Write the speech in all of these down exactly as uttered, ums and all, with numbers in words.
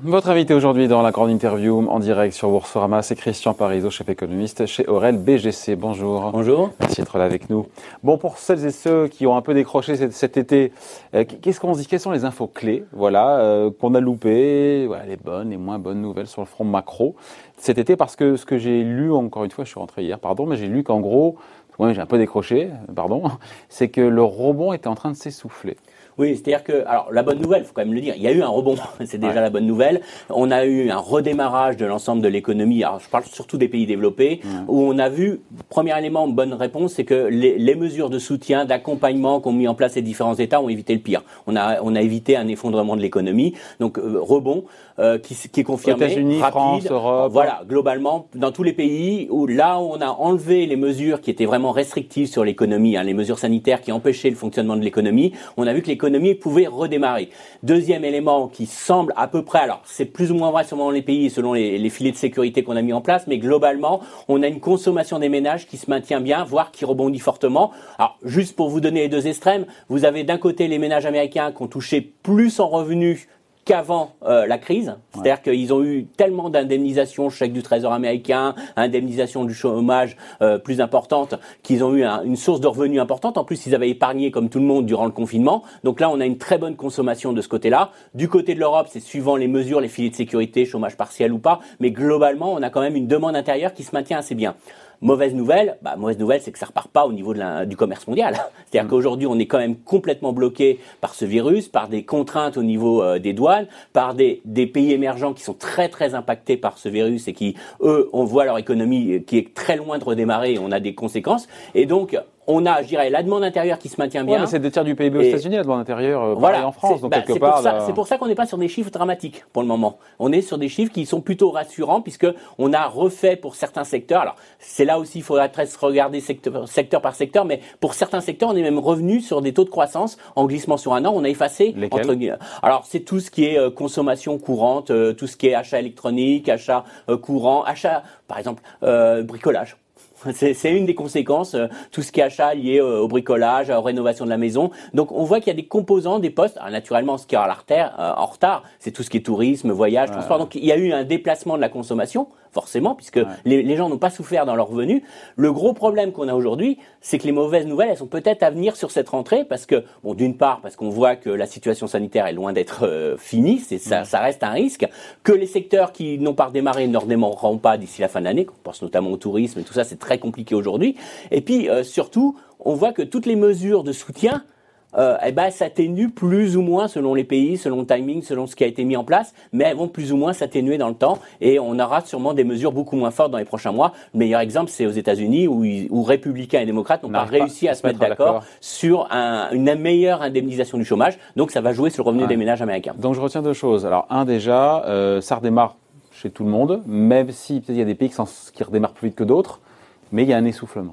Votre invité aujourd'hui dans la grande interview en direct sur Boursorama, c'est Christian Parizeau, chef économiste chez Aurel B G C. Bonjour. Bonjour. Merci d'être là avec nous. Bon, pour celles et ceux qui ont un peu décroché cet, cet été, euh, qu'est-ce qu'on se dit? Quelles sont les infos clés, voilà, euh, qu'on a loupées, voilà, les bonnes, les moins bonnes nouvelles sur le front macro cet été? Parce que ce que j'ai lu, encore une fois, je suis rentré hier, pardon, mais j'ai lu qu'en gros, ouais, j'ai un peu décroché, pardon, c'est que le rebond était en train de s'essouffler. Oui, c'est-à-dire que, alors la bonne nouvelle, il faut quand même le dire, il y a eu un rebond, c'est déjà ouais. la bonne nouvelle. On a eu un redémarrage de l'ensemble de l'économie, alors je parle surtout des pays développés, ouais. où on a vu, premier élément, bonne réponse, c'est que les, les mesures de soutien, d'accompagnement qu'ont mis en place les différents États ont évité le pire. On a, on a évité un effondrement de l'économie, donc euh, rebond euh, qui, qui est confirmé, États-Unis, rapide. France, Europe. Voilà, globalement, dans tous les pays où là où on a enlevé les mesures qui étaient vraiment restrictives sur l'économie, hein, les mesures sanitaires qui empêchaient le fonctionnement de l'économie, on a vu que l'économie L'économie pouvait redémarrer. Deuxième élément qui semble à peu près, alors c'est plus ou moins vrai selon les pays, selon les, les filets de sécurité qu'on a mis en place, mais globalement, on a une consommation des ménages qui se maintient bien, voire qui rebondit fortement. Alors, juste pour vous donner les deux extrêmes, vous avez d'un côté les ménages américains qui ont touché plus en revenus qu'avant euh, la crise, c'est-à-dire ouais. qu'ils ont eu tellement d'indemnisations, chèque du Trésor américain, indemnisation du chômage euh, plus importante, qu'ils ont eu un, une source de revenus importante. En plus, ils avaient épargné comme tout le monde durant le confinement. Donc là, on a une très bonne consommation de ce côté-là. Du côté de l'Europe, c'est suivant les mesures, les filets de sécurité, chômage partiel ou pas, mais globalement, on a quand même une demande intérieure qui se maintient assez bien. Mauvaise nouvelle, bah, mauvaise nouvelle, c'est que ça repart pas au niveau de la, du commerce mondial. C'est-à-dire mmh. qu'aujourd'hui, on est quand même complètement bloqué par ce virus, par des contraintes au niveau euh, des douanes, par des, des pays émergents qui sont très très impactés par ce virus et qui, eux, on voit leur économie qui est très loin de redémarrer et on a des conséquences. Et donc, on a, je dirais, la demande intérieure qui se maintient bien. Ouais, mais c'est deux tiers du P I B aux États-Unis, la demande intérieure, euh, voilà, en France. Donc bah, quelque c'est part, pour ça, là... c'est pour ça qu'on n'est pas sur des chiffres dramatiques pour le moment. On est sur des chiffres qui sont plutôt rassurants puisque on a refait pour certains secteurs. Alors c'est là aussi, il faudra presque regarder secteur, secteur par secteur, mais pour certains secteurs, on est même revenu sur des taux de croissance en glissement sur un an. On a effacé. Lesquels ? Entre guillemets. Alors c'est tout ce qui est euh, consommation courante, euh, tout ce qui est achat électronique, achat euh, courant, achat, par exemple, euh, bricolage. C'est, c'est une des conséquences, euh, tout ce qui est achat lié euh, au bricolage, à la rénovation de la maison. Donc on voit qu'il y a des composants, des postes. Alors, naturellement, ce qui est en retard, euh, en retard, c'est tout ce qui est tourisme, voyage, ouais. transport. Donc il y a eu un déplacement de la consommation, forcément, puisque ouais. les, les gens n'ont pas souffert dans leurs revenus. Le gros problème qu'on a aujourd'hui, c'est que les mauvaises nouvelles, elles sont peut-être à venir sur cette rentrée, parce que, bon, d'une part, parce qu'on voit que la situation sanitaire est loin d'être euh, finie, c'est, ça, ouais. ça reste un risque, que les secteurs qui n'ont pas redémarré ne redémarreront pas d'ici la fin de l'année, on pense notamment au tourisme et tout ça, c'est très compliqué aujourd'hui. Et puis, euh, surtout, on voit que toutes les mesures de soutien, Euh, eh ben, s'atténuent plus ou moins selon les pays, selon le timing, selon ce qui a été mis en place, mais elles vont plus ou moins s'atténuer dans le temps et on aura sûrement des mesures beaucoup moins fortes dans les prochains mois. Le meilleur exemple, c'est aux États-Unis où, ils, où républicains et démocrates n'ont pas réussi pas à se mettre d'accord, d'accord. sur un, une meilleure indemnisation du chômage. Donc, ça va jouer sur le revenu ouais. des ménages américains. Donc, je retiens deux choses. Alors, un déjà, euh, ça redémarre chez tout le monde, même si peut-être il y a des pays qui, qui redémarrent plus vite que d'autres, mais il y a un essoufflement.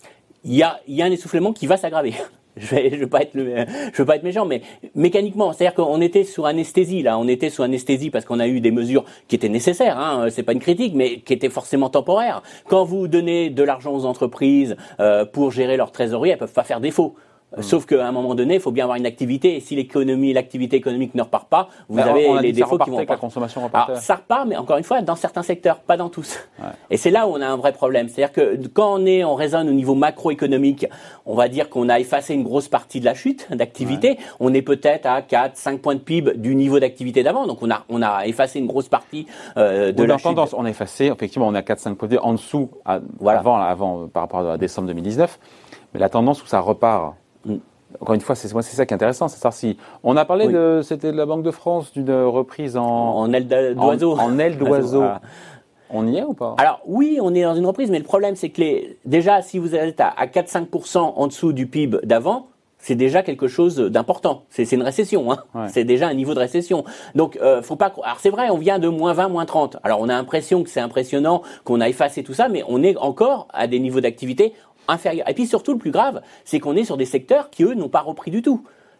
Il y a, il y a un essoufflement qui va s'aggraver. Je vais, je veux pas être, le, je veux pas être méchant, mais mécaniquement, c'est-à-dire qu'on était sous anesthésie là, on était sous anesthésie parce qu'on a eu des mesures qui étaient nécessaires. Hein, c'est pas une critique, mais qui étaient forcément temporaires. Quand vous donnez de l'argent aux entreprises euh, pour gérer leur trésorerie, elles peuvent pas faire défaut. Mmh. Sauf qu'à un moment donné, il faut bien avoir une activité. Et si l'économie, l'activité économique ne repart pas, vous bah, avez on a les dit défauts qui vont repartir. La consommation repartait. Alors, ça repart, mais encore une fois, dans certains secteurs, pas dans tous. Ouais. Et c'est là où on a un vrai problème. C'est-à-dire que quand on est, on raisonne au niveau macroéconomique, on va dire qu'on a effacé une grosse partie de la chute d'activité. Ouais. On est peut-être à quatre, cinq points de P I B du niveau d'activité d'avant. Donc on a, on a effacé une grosse partie euh, de Ou la dans chute. Tendance, on a effacé, effectivement, on est à quatre, cinq points de en dessous, à, voilà. avant, avant, par rapport à décembre deux mille dix-neuf. Mais la tendance où ça repart. Mm. Encore une fois, c'est, c'est ça qui est intéressant, c'est ça. Si on a parlé oui. de, c'était de la Banque de France, d'une reprise en en aile d'oiseau, en, en aile d'oiseau. Voilà. On y est ou pas? Alors oui, on est dans une reprise, mais le problème c'est que les, déjà, si vous êtes à, à quatre à cinq pour cent en dessous du P I B d'avant, c'est déjà quelque chose d'important. C'est, c'est une récession, hein. Ouais. C'est déjà un niveau de récession. Donc, euh, faut pas. Alors c'est vrai, on vient de moins vingt, moins trente. Alors on a l'impression que c'est impressionnant, qu'on a effacé tout ça, mais on est encore à des niveaux d'activité inférieurs. Et puis surtout, le plus grave, c'est qu'on est sur des secteurs qui eux n'ont pas repris du tout.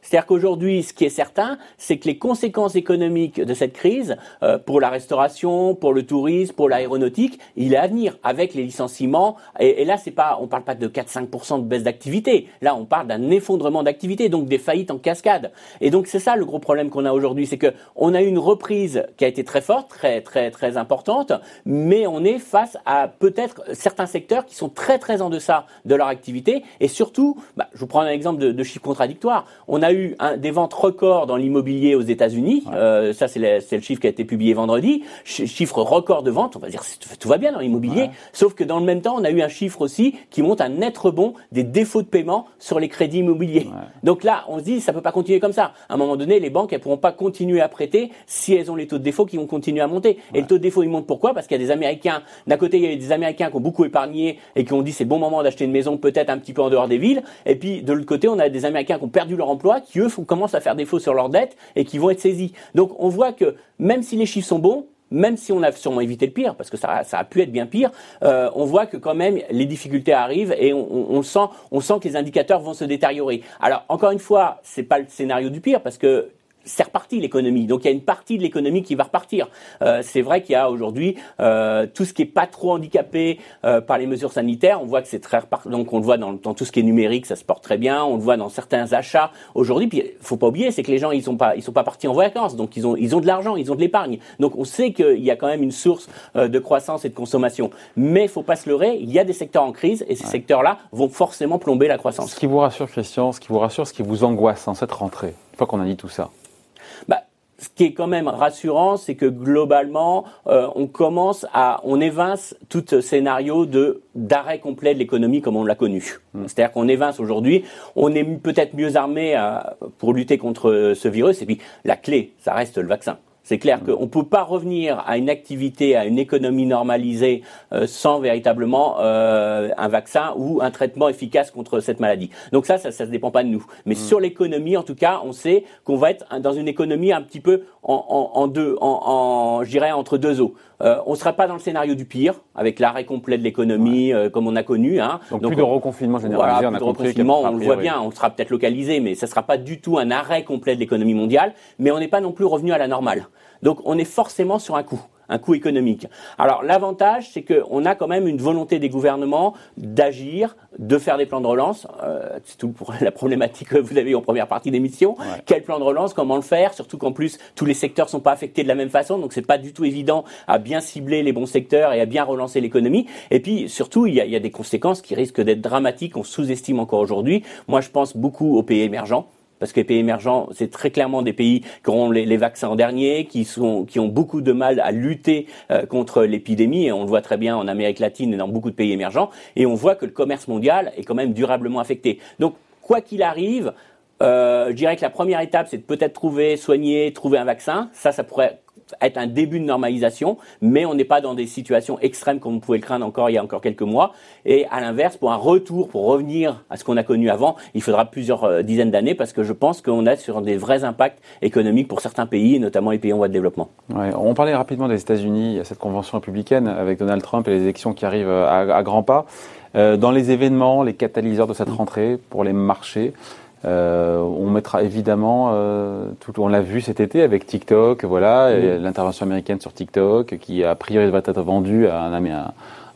C'est-à-dire qu'aujourd'hui, ce qui est certain, c'est que les conséquences économiques de cette crise, euh, pour la restauration, pour le tourisme, pour l'aéronautique, il est à venir avec les licenciements. Et, et là, c'est pas, on parle pas de quatre à cinq pour cent de baisse d'activité. Là, on parle d'un effondrement d'activité, donc des faillites en cascade. Et donc, c'est ça le gros problème qu'on a aujourd'hui, c'est que on a eu une reprise qui a été très forte, très, très, très importante, mais on est face à peut-être certains secteurs qui sont très, très en deçà de leur activité. Et surtout, bah, je vous prends un exemple de, de chiffre contradictoire. On a eu un, des ventes records dans l'immobilier aux États-Unis. Ouais. Euh, ça, c'est le, c'est le chiffre qui a été publié vendredi. Ch- chiffre record de ventes. On va dire tout va bien dans l'immobilier. Ouais. Sauf que dans le même temps, on a eu un chiffre aussi qui montre un net rebond des défauts de paiement sur les crédits immobiliers. Ouais. Donc là, on se dit, ça peut pas continuer comme ça. À un moment donné, les banques, elles pourront pas continuer à prêter si elles ont les taux de défaut qui vont continuer à monter. Ouais. Et le taux de défaut, il monte pourquoi ? Parce qu'il y a des Américains. D'un côté, il y a des Américains qui ont beaucoup épargné et qui ont dit c'est le bon moment d'acheter une maison, peut-être un petit peu en dehors des villes. Et puis de l'autre côté, on a des Américains qui ont perdu leur emploi, qui eux font, commencent à faire défaut sur leurs dettes et qui vont être saisis. Donc on voit que même si les chiffres sont bons, même si on a sûrement évité le pire, parce que ça, ça a pu être bien pire, euh, on voit que quand même les difficultés arrivent et on, on, on sent, on sent que les indicateurs vont se détériorer. Alors encore une fois, c'est pas le scénario du pire parce que c'est reparti l'économie. Donc il y a une partie de l'économie qui va repartir. Euh, c'est vrai qu'il y a aujourd'hui euh, tout ce qui est pas trop handicapé euh, par les mesures sanitaires. On voit que c'est très reparti. Donc on le voit dans, dans tout ce qui est numérique, ça se porte très bien. On le voit dans certains achats aujourd'hui. Puis faut pas oublier, c'est que les gens ils sont pas ils sont pas partis en vacances. Donc ils ont ils ont de l'argent, ils ont de l'épargne. Donc on sait qu'il y a quand même une source euh, de croissance et de consommation. Mais faut pas se leurrer, il y a des secteurs en crise et ces ouais. secteurs-là vont forcément plomber la croissance. Ce qui vous rassure, Christian, ce qui vous rassure, ce qui vous angoisse en cette rentrée, une fois qu'on a dit tout ça. Bah, ce qui est quand même rassurant, c'est que globalement, euh, on commence à, on évince tout scénario de d'arrêt complet de l'économie comme on l'a connu. Mmh. C'est-à-dire qu'on évince aujourd'hui, on est peut-être mieux armé à, pour lutter contre ce virus. Et puis la clé, ça reste le vaccin. C'est clair qu'on ne peut pas revenir à une activité, à une économie normalisée euh, sans véritablement euh, un vaccin ou un traitement efficace contre cette maladie. Donc ça, ça ne dépend pas de nous. Mais mmh. sur l'économie, en tout cas, on sait qu'on va être dans une économie un petit peu en, en, en deux, en, en, je dirais entre deux eaux. Euh, on ne sera pas dans le scénario du pire, avec l'arrêt complet de l'économie ouais. euh, comme on a connu. Hein. Donc, Donc plus on, de reconfinement généralisé. Voilà, plus de reconfinement, on le voit bien, on sera peut-être localisé, mais ça ne sera pas du tout un arrêt complet de l'économie mondiale. Mais on n'est pas non plus revenu à la normale. Donc on est forcément sur un coup, un coup économique. Alors l'avantage, c'est qu'on a quand même une volonté des gouvernements d'agir, de faire des plans de relance. Euh, c'est tout pour la problématique que vous avez eu en première partie d'émission. Ouais. Quel plan de relance, comment le faire ? Surtout qu'en plus, tous les secteurs sont pas affectés de la même façon, donc c'est pas du tout évident à bien cibler les bons secteurs et à bien relancer l'économie. Et puis surtout, il y a, il y a des conséquences qui risquent d'être dramatiques, on sous-estime encore aujourd'hui. Moi, je pense beaucoup aux pays émergents. Parce que les pays émergents, c'est très clairement des pays qui auront les, les vaccins en dernier, qui sont, qui ont beaucoup de mal à lutter euh, contre l'épidémie. Et on le voit très bien en Amérique latine et dans beaucoup de pays émergents. Et on voit que le commerce mondial est quand même durablement affecté. Donc, quoi qu'il arrive, euh, je dirais que la première étape, c'est de peut-être trouver, soigner, trouver un vaccin. Ça, ça pourrait être un début de normalisation, mais on n'est pas dans des situations extrêmes comme on pouvait le craindre encore il y a encore quelques mois. Et à l'inverse, pour un retour, pour revenir à ce qu'on a connu avant, il faudra plusieurs euh, dizaines d'années parce que je pense qu'on est sur des vrais impacts économiques pour certains pays, notamment les pays en voie de développement. Ouais, on parlait rapidement des États-Unis, il y a cette convention républicaine avec Donald Trump et les élections qui arrivent à, à grands pas. Euh, dans les événements, les catalyseurs de cette rentrée pour les marchés, Euh, on mettra évidemment, euh, tout, on l'a vu cet été avec TikTok, voilà, mmh. l'intervention américaine sur TikTok qui a priori va être vendue à un, un,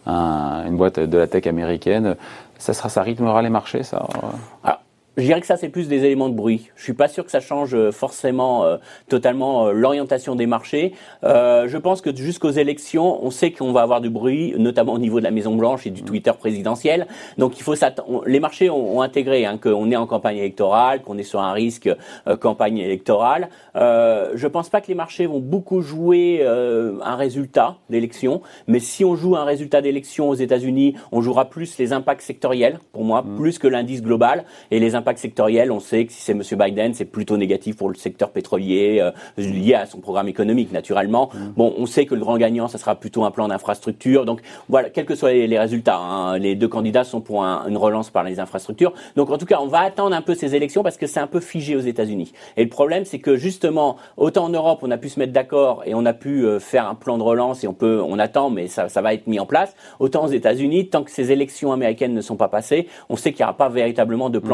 un, une boîte de la tech américaine. Ça sera, ça rythmera les marchés, ça. Alors, je dirais que ça, c'est plus des éléments de bruit. Je suis pas sûr que ça change forcément euh, totalement euh, l'orientation des marchés. Euh, je pense que jusqu'aux élections, on sait qu'on va avoir du bruit, notamment au niveau de la Maison-Blanche et du Twitter présidentiel. Donc, il faut s'attendre. Les marchés ont, ont intégré hein, qu'on est en campagne électorale, qu'on est sur un risque euh, campagne électorale. Euh, je pense pas que les marchés vont beaucoup jouer euh, un résultat d'élection, mais si on joue un résultat d'élection aux États-Unis, on jouera plus les impacts sectoriels, pour moi, mmh. plus que l'indice global et les impacts sectoriel, on sait que si c'est M. Biden, c'est plutôt négatif pour le secteur pétrolier, euh, lié à son programme économique, naturellement. Mmh. Bon, on sait que le grand gagnant, ça sera plutôt un plan d'infrastructure. Donc, voilà, quels que soient les, les résultats, hein, les deux candidats sont pour un, une relance par les infrastructures. Donc, en tout cas, on va attendre un peu ces élections parce que c'est un peu figé aux États-Unis. Et le problème, c'est que justement, autant en Europe, on a pu se mettre d'accord et on a pu euh, faire un plan de relance et on peut, on attend, mais ça, ça va être mis en place. Autant aux États-Unis, tant que ces élections américaines ne sont pas passées, on sait qu'il n'y aura pas véritablement de plan mmh. de relance.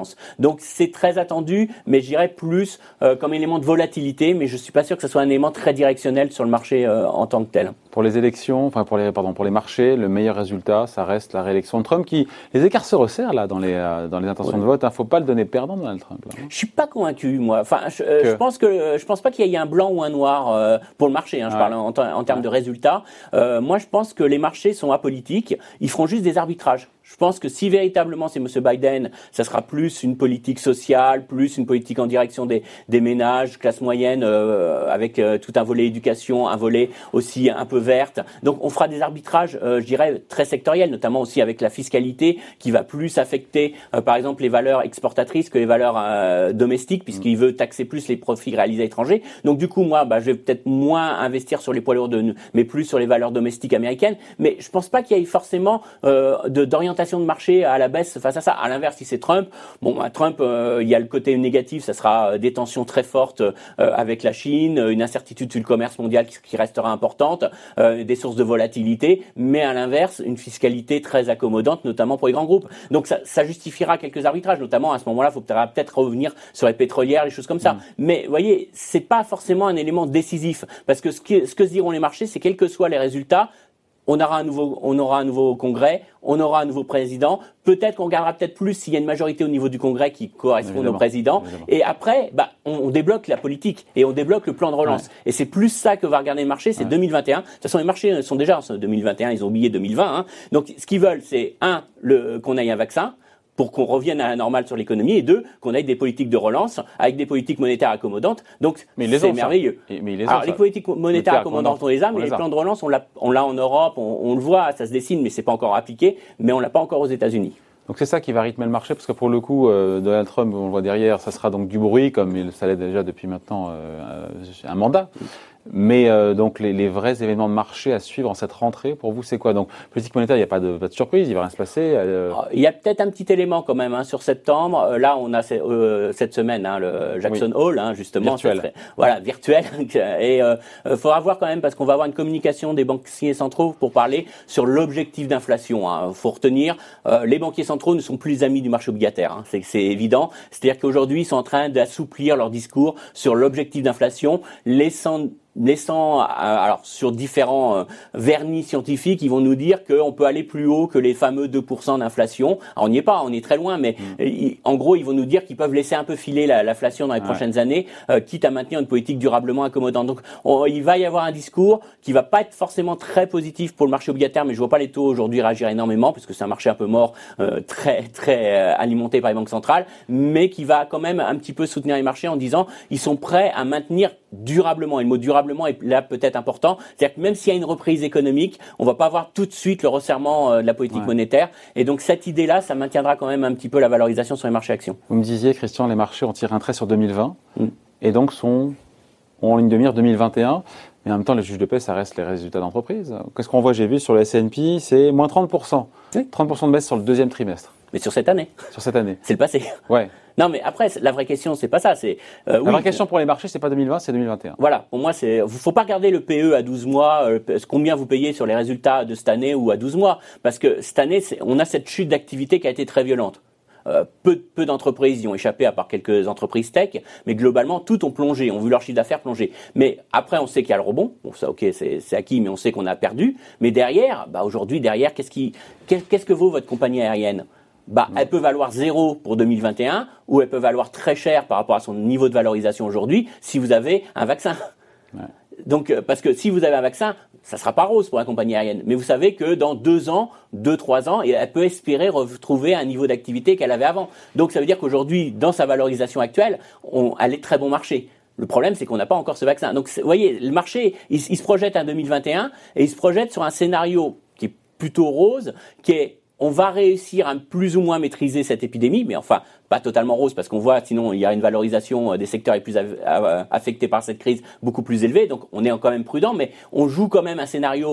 relance. Donc c'est très attendu, mais je dirais plus euh, comme élément de volatilité, mais je suis pas sûr que ce soit un élément très directionnel sur le marché euh, en tant que tel. Pour les élections, enfin pour les pardon pour les marchés, le meilleur résultat, ça reste la réélection de Trump. Qui les écarts se resserrent là dans les euh, dans les intentions ouais. de vote. Il hein, faut pas le donner perdant Donald Trump. Là. Je suis pas convaincu moi. Enfin, je, euh, je pense que je pense pas qu'il y ait un blanc ou un noir euh, pour le marché. Hein, je ouais. parle en, en termes ouais. de résultats. Euh, moi, je pense que les marchés sont apolitiques. Ils feront juste des arbitrages. Je pense que si véritablement c'est M. Biden, ça sera plus une politique sociale, plus une politique en direction des, des ménages, classe moyenne, euh, avec euh, tout un volet éducation, un volet aussi un peu verte. Donc on fera des arbitrages, euh, je dirais, très sectoriels, notamment aussi avec la fiscalité qui va plus affecter, euh, par exemple, les valeurs exportatrices que les valeurs euh, domestiques, puisqu'il veut taxer plus les profits réalisés à l'étranger. Donc du coup, moi, bah, je vais peut-être moins investir sur les poids lourds, de, mais plus sur les valeurs domestiques américaines. Mais je pense pas qu'il y ait forcément euh, de, d'orientation de marché à la baisse face à ça. À l'inverse, si c'est Trump, bon, bah, Trump, euh, il y a le côté négatif, ça sera euh, des tensions très fortes euh, avec la Chine, une incertitude sur le commerce mondial qui, qui restera importante, euh, des sources de volatilité, mais à l'inverse, une fiscalité très accommodante, notamment pour les grands groupes. Donc ça, ça justifiera quelques arbitrages, notamment à ce moment-là, il faudra peut-être revenir sur les pétrolières, les choses comme ça. Mmh. Mais vous voyez, c'est pas forcément un élément décisif, parce que ce, qui, ce que se diront les marchés, c'est quels que soient les résultats, on aura un nouveau, on aura un nouveau congrès, on aura un nouveau président. Peut-être qu'on regardera peut-être plus s'il y a une majorité au niveau du congrès qui correspond évidemment, au président. Évidemment. Et après, bah, on, on débloque la politique et on débloque le plan de relance. Ouais. Et c'est plus ça que va regarder le marché, c'est ouais. deux mille vingt et un. De toute façon, les marchés sont déjà en deux mille vingt et un, ils ont oublié deux mille vingt. Hein. Donc, ce qu'ils veulent, c'est un, le, qu'on ait un vaccin, pour qu'on revienne à la normale sur l'économie, et deux, qu'on ait des politiques de relance avec des politiques monétaires accommodantes. Donc, mais c'est merveilleux. Et, mais les Alors, les politiques monétaires accommodantes, on les a, mais les, les plans de relance, on l'a, on l'a en Europe, on, on le voit, ça se dessine, mais c'est pas encore appliqué, mais on l'a pas encore aux États-Unis. Donc c'est ça qui va rythmer le marché, parce que pour le coup, euh, Donald Trump, on le voit derrière, ça sera donc du bruit, comme il, ça l'est déjà depuis maintenant euh, un mandat. Mais euh, donc les, les vrais événements de marché à suivre en cette rentrée, pour vous, c'est quoi? Donc politique monétaire, il n'y a pas de, pas de surprise, il va rien se passer. Euh... Il y a peut-être un petit élément quand même hein, sur septembre. Euh, là, on a euh, cette semaine hein, le Jackson oui. Hole, hein, justement, virtuel. Serait, voilà, virtuel. Et euh, faudra voir quand même parce qu'on va avoir une communication des banquiers centraux pour parler sur l'objectif d'inflation. Hein. Faut retenir, euh, les banquiers centraux ne sont plus les amis du marché obligataire. Hein. C'est, c'est évident. C'est-à-dire qu'aujourd'hui, ils sont en train d'assouplir leur discours sur l'objectif d'inflation, laissant laissant, alors sur différents euh, vernis scientifiques, ils vont nous dire qu'on peut aller plus haut que les fameux deux pour cent d'inflation. Alors on n'y est pas, on est très loin, mais mmh. ils, en gros, ils vont nous dire qu'ils peuvent laisser un peu filer la, l'inflation dans les ouais. prochaines années, euh, quitte à maintenir une politique durablement accommodante. Donc on, il va y avoir un discours qui va pas être forcément très positif pour le marché obligataire, mais je vois pas les taux aujourd'hui réagir énormément, parce que c'est un marché un peu mort, euh, très très euh, alimenté par les banques centrales, mais qui va quand même un petit peu soutenir les marchés en disant ils sont prêts à maintenir durablement, et le mot durablement est là peut-être important, c'est-à-dire que même s'il y a une reprise économique, on va pas avoir tout de suite le resserrement euh, de la politique ouais. monétaire, et donc cette idée-là, ça maintiendra quand même un petit peu la valorisation sur les marchés actions. Vous me disiez, Christian, les marchés ont tiré un trait sur deux mille vingt, mm. et donc sont en ligne de mire deux mille vingt et un, mais en même temps, les juges de paix, ça reste les résultats d'entreprise. Qu'est-ce qu'on voit, j'ai vu sur le S and P, c'est moins trente pour cent, oui. trente pour cent de baisse sur le deuxième trimestre. Mais sur cette année. Sur cette année. C'est le passé. Ouais. Non, mais après, la vraie question, c'est pas ça. C'est euh, la oui, vraie question pour les marchés, c'est pas deux mille vingt, c'est deux mille vingt et un. Voilà. Pour moi, c'est. Faut pas regarder le P E à douze mois, euh, combien vous payez sur les résultats de cette année ou à douze mois, parce que cette année, c'est, on a cette chute d'activité qui a été très violente. Euh, peu, peu d'entreprises y ont échappé, à part quelques entreprises tech, mais globalement, toutes ont plongé, ont vu leur chiffre d'affaires plonger. Mais après, on sait qu'il y a le rebond. Bon, ça, ok, c'est, c'est acquis, mais on sait qu'on a perdu. Mais derrière, bah aujourd'hui, derrière, qu'est-ce qui, qu'est-ce que vaut votre compagnie aérienne? Bah, elle peut valoir zéro pour deux mille vingt et un, ou elle peut valoir très cher par rapport à son niveau de valorisation aujourd'hui, si vous avez un vaccin. Ouais. Donc, parce que si vous avez un vaccin, ça sera pas rose pour la compagnie aérienne. Mais vous savez que dans deux ans, deux, trois ans, elle peut espérer retrouver un niveau d'activité qu'elle avait avant. Donc, ça veut dire qu'aujourd'hui, dans sa valorisation actuelle, on, elle est très bon marché. Le problème, c'est qu'on n'a pas encore ce vaccin. Donc, vous voyez, le marché, il, il se projette en deux mille vingt et un, et il se projette sur un scénario qui est plutôt rose, qui est on va réussir à plus ou moins maîtriser cette épidémie, mais enfin, pas totalement rose, parce qu'on voit, sinon, il y a une valorisation des secteurs les plus affectés par cette crise beaucoup plus élevée, donc on est quand même prudent, mais on joue quand même un scénario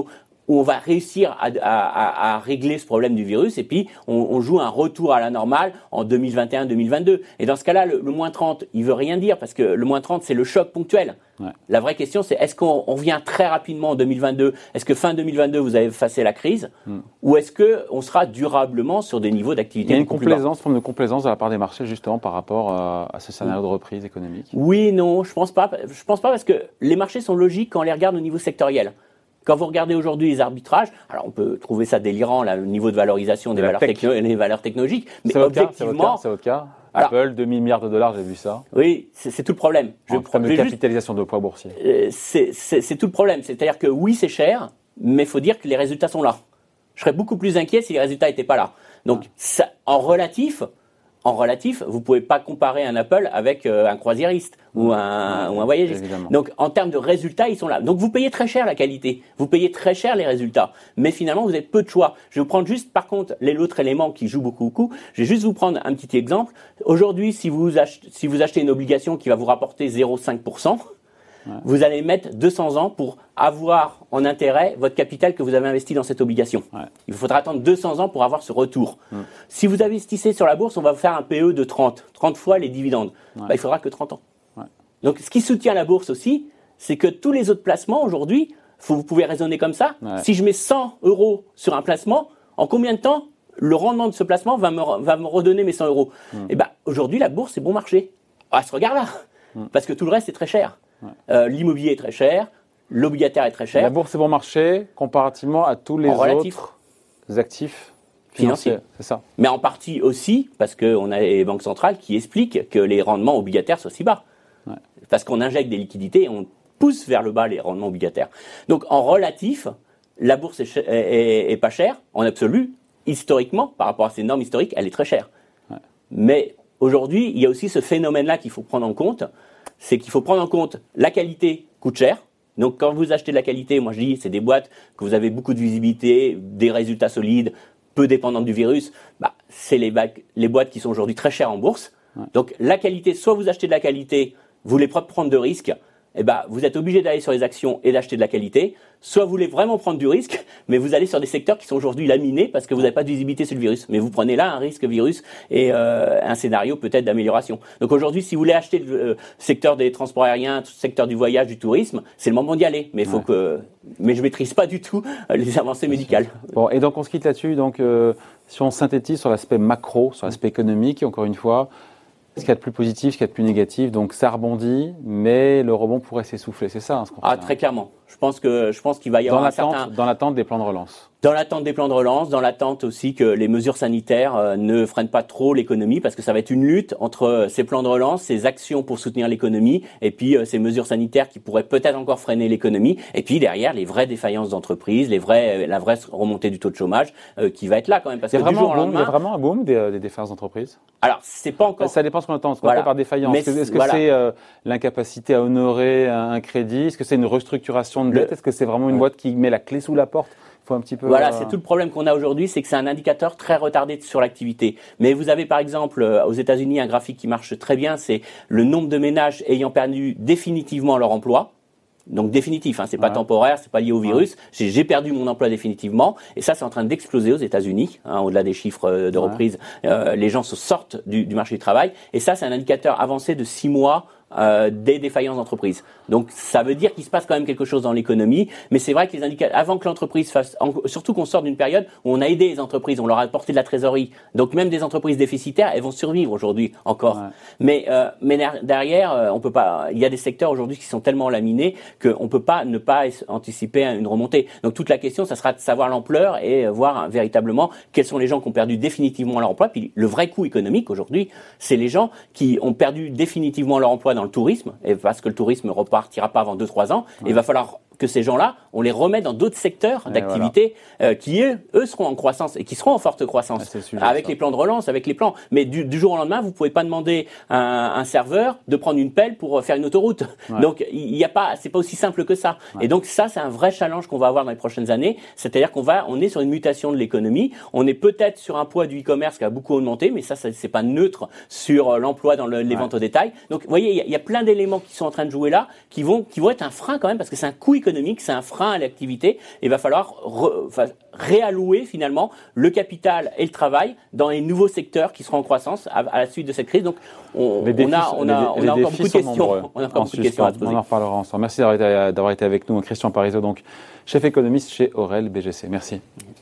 où on va réussir à, à, à régler ce problème du virus, et puis on, on joue un retour à la normale en deux mille vingt et un deux mille vingt-deux. Et dans ce cas-là, le, le moins trente, il veut rien dire, parce que le moins trente, c'est le choc ponctuel. Ouais. La vraie question, c'est est-ce qu'on on revient très rapidement en deux mille vingt-deux? Est-ce que fin deux mille vingt-deux, vous avez effacé la crise? mm. Ou est-ce qu'on sera durablement sur des niveaux d'activité? Il y a une complaisance, forme de complaisance de la part des marchés, justement, par rapport à, à ce scénario mm. de reprise économique? Oui, non, je pense pas. Je pense pas, parce que les marchés sont logiques quand on les regarde au niveau sectoriel. Quand vous regardez aujourd'hui les arbitrages, alors on peut trouver ça délirant, là, le niveau de valorisation des valeurs, techno- des valeurs technologiques, mais c'est objectivement... C'est votre cas, alors, Apple, deux mille milliards de dollars, j'ai vu ça. Oui, c'est, c'est tout le problème. En je termes de capitalisation juste, de poids boursier. Euh, c'est, c'est, c'est tout le problème. C'est-à-dire que oui, c'est cher, mais il faut dire que les résultats sont là. Je serais beaucoup plus inquiet si les résultats n'étaient pas là. Donc, ah. ça, en relatif... En relatif, vous ne pouvez pas comparer un Apple avec euh, un croisiériste ou un, oui, ou un voyagiste. Évidemment. Donc, en termes de résultats, ils sont là. Donc, vous payez très cher la qualité. Vous payez très cher les résultats. Mais finalement, vous avez peu de choix. Je vais vous prendre juste, par contre, les l'autre élément qui joue beaucoup au coup. Je vais juste vous prendre un petit exemple. Aujourd'hui, si vous achetez, si vous achetez une obligation qui va vous rapporter zéro virgule cinq pour cent, ouais. vous allez mettre deux cents ans pour avoir en intérêt votre capital que vous avez investi dans cette obligation. Ouais. Il vous faudra attendre deux cents ans pour avoir ce retour. Mmh. Si vous investissez sur la bourse, on va vous faire un P E de trente, trente fois les dividendes. Ouais. Bah, il faudra que trente ans. Ouais. Donc, ce qui soutient la bourse aussi, c'est que tous les autres placements aujourd'hui, vous pouvez raisonner comme ça. Ouais. Si je mets cent euros sur un placement, en combien de temps le rendement de ce placement va me, va me redonner mes cent euros? mmh. Et ben, aujourd'hui, la bourse, c'est bon marché. À ce regard-là. Mmh. Parce que tout le reste, c'est très cher. Ouais. Euh, l'immobilier est très cher. L'obligataire est très cher. La bourse, c'est bon marché comparativement à tous les autres actifs financiers. financiers. C'est ça. Mais en partie aussi parce qu'on a les banques centrales qui expliquent que les rendements obligataires soient si bas. Ouais. Parce qu'on injecte des liquidités et on pousse vers le bas les rendements obligataires. Donc en relatif, la bourse est, ch- est, est pas chère. En absolu, historiquement, par rapport à ces normes historiques, elle est très chère. Ouais. Mais aujourd'hui, il y a aussi ce phénomène-là qu'il faut prendre en compte. C'est qu'il faut prendre en compte la qualité coûte cher. Donc, quand vous achetez de la qualité, moi je dis, c'est des boîtes que vous avez beaucoup de visibilité, des résultats solides, peu dépendantes du virus. Bah, c'est les, ba- les boîtes qui sont aujourd'hui très chères en bourse. Ouais. Donc, la qualité, soit vous achetez de la qualité, vous voulez pas prendre de risques, eh ben, vous êtes obligé d'aller sur les actions et d'acheter de la qualité. Soit vous voulez vraiment prendre du risque, mais vous allez sur des secteurs qui sont aujourd'hui laminés parce que vous n'avez pas de visibilité sur le virus. Mais vous prenez là un risque virus et euh, un scénario peut-être d'amélioration. Donc aujourd'hui, si vous voulez acheter le euh, secteur des transports aériens, le secteur du voyage, du tourisme, c'est le moment d'y aller. Mais il faut ouais. que, mais je maîtrise pas du tout euh, les avancées médicales. Bon, et donc on se quitte là-dessus. Donc, euh, si on synthétise sur l'aspect macro, sur l'aspect économique, encore une fois. Ce qu'il y a de plus positif, ce qu'il y a de plus négatif, donc ça rebondit, mais le rebond pourrait s'essouffler, c'est ça hein, ce qu'on Ah, très clairement. Je pense que je pense qu'il va y avoir dans un certain... Dans l'attente des plans de relance. Dans l'attente des plans de relance, dans l'attente aussi que les mesures sanitaires euh, ne freinent pas trop l'économie, parce que ça va être une lutte entre euh, ces plans de relance, ces actions pour soutenir l'économie, et puis euh, ces mesures sanitaires qui pourraient peut-être encore freiner l'économie, et puis derrière les vraies défaillances d'entreprises, les vrais, la vraie remontée du taux de chômage euh, qui va être là quand même. Parce il y a que du jour au boom, lendemain, il y a vraiment un boom des, des défaillances d'entreprises. Alors c'est pas encore. Ça dépend ce qu'on entend. Ce qu'on voilà. appelle par défaillance. Est-ce que, est-ce que voilà. c'est euh, l'incapacité à honorer un, un crédit? Est-ce que c'est une restructuration de dette? Le... Est-ce que c'est vraiment une boîte qui met la clé sous la porte? Faut un petit peu, voilà, euh... c'est tout le problème qu'on a aujourd'hui, c'est que c'est un indicateur très retardé sur l'activité. Mais vous avez par exemple aux États-Unis un graphique qui marche très bien, c'est le nombre de ménages ayant perdu définitivement leur emploi. Donc définitif, hein, c'est pas ouais. temporaire, c'est pas lié au virus. Ouais. J'ai, j'ai perdu mon emploi définitivement, et ça c'est en train d'exploser aux États-Unis. Hein, au-delà des chiffres de reprise, ouais. euh, les gens se sortent du, du marché du travail, et ça c'est un indicateur avancé de six mois. Euh, des défaillances d'entreprise. Donc ça veut dire qu'il se passe quand même quelque chose dans l'économie, mais c'est vrai que les indicateurs, avant que l'entreprise fasse, en, surtout qu'on sort d'une période où on a aidé les entreprises, on leur a apporté de la trésorerie, donc même des entreprises déficitaires, elles vont survivre aujourd'hui encore. Ouais. Mais euh, mais derrière, euh, on peut pas. Il y a des secteurs aujourd'hui qui sont tellement laminés qu'on peut pas ne pas anticiper une remontée. Donc toute la question, ça sera de savoir l'ampleur et voir véritablement quels sont les gens qui ont perdu définitivement leur emploi. Puis le vrai coût économique aujourd'hui, c'est les gens qui ont perdu définitivement leur emploi dans le tourisme, et parce que le tourisme ne repartira pas avant deux trois ans, ouais. il va falloir que ces gens-là, on les remette dans d'autres secteurs et d'activité voilà. euh, qui, eux, eux, seront en croissance et qui seront en forte croissance, ah, sujet, avec ça. les plans de relance, avec les plans. Mais du, du jour au lendemain, vous ne pouvez pas demander à un, un serveur de prendre une pelle pour faire une autoroute. Ouais. Donc, il y a pas, c'est pas aussi simple que ça. Ouais. Et donc, ça, c'est un vrai challenge qu'on va avoir dans les prochaines années. C'est-à-dire qu'on va, on est sur une mutation de l'économie. On est peut-être sur un poids du e-commerce qui a beaucoup augmenté, mais ça, ça c'est pas neutre sur l'emploi dans le, les ouais. ventes au détail. Donc, vous voyez, il y, y a plein d'éléments qui sont en train de jouer là, qui vont, qui vont être un frein quand même, parce que c'est un coût économique économique, c'est un frein à l'activité. Il va falloir re, enfin, réallouer finalement le capital et le travail dans les nouveaux secteurs qui seront en croissance à, à la suite de cette crise. Donc, on, les défis, on a, on a, les, on a les encore beaucoup de questions. On a encore beaucoup de questions à se poser. On en reparlera ensemble. Merci d'avoir été, d'avoir été avec nous, Christian Parizeau, donc chef économiste chez Aurel B G C. Merci.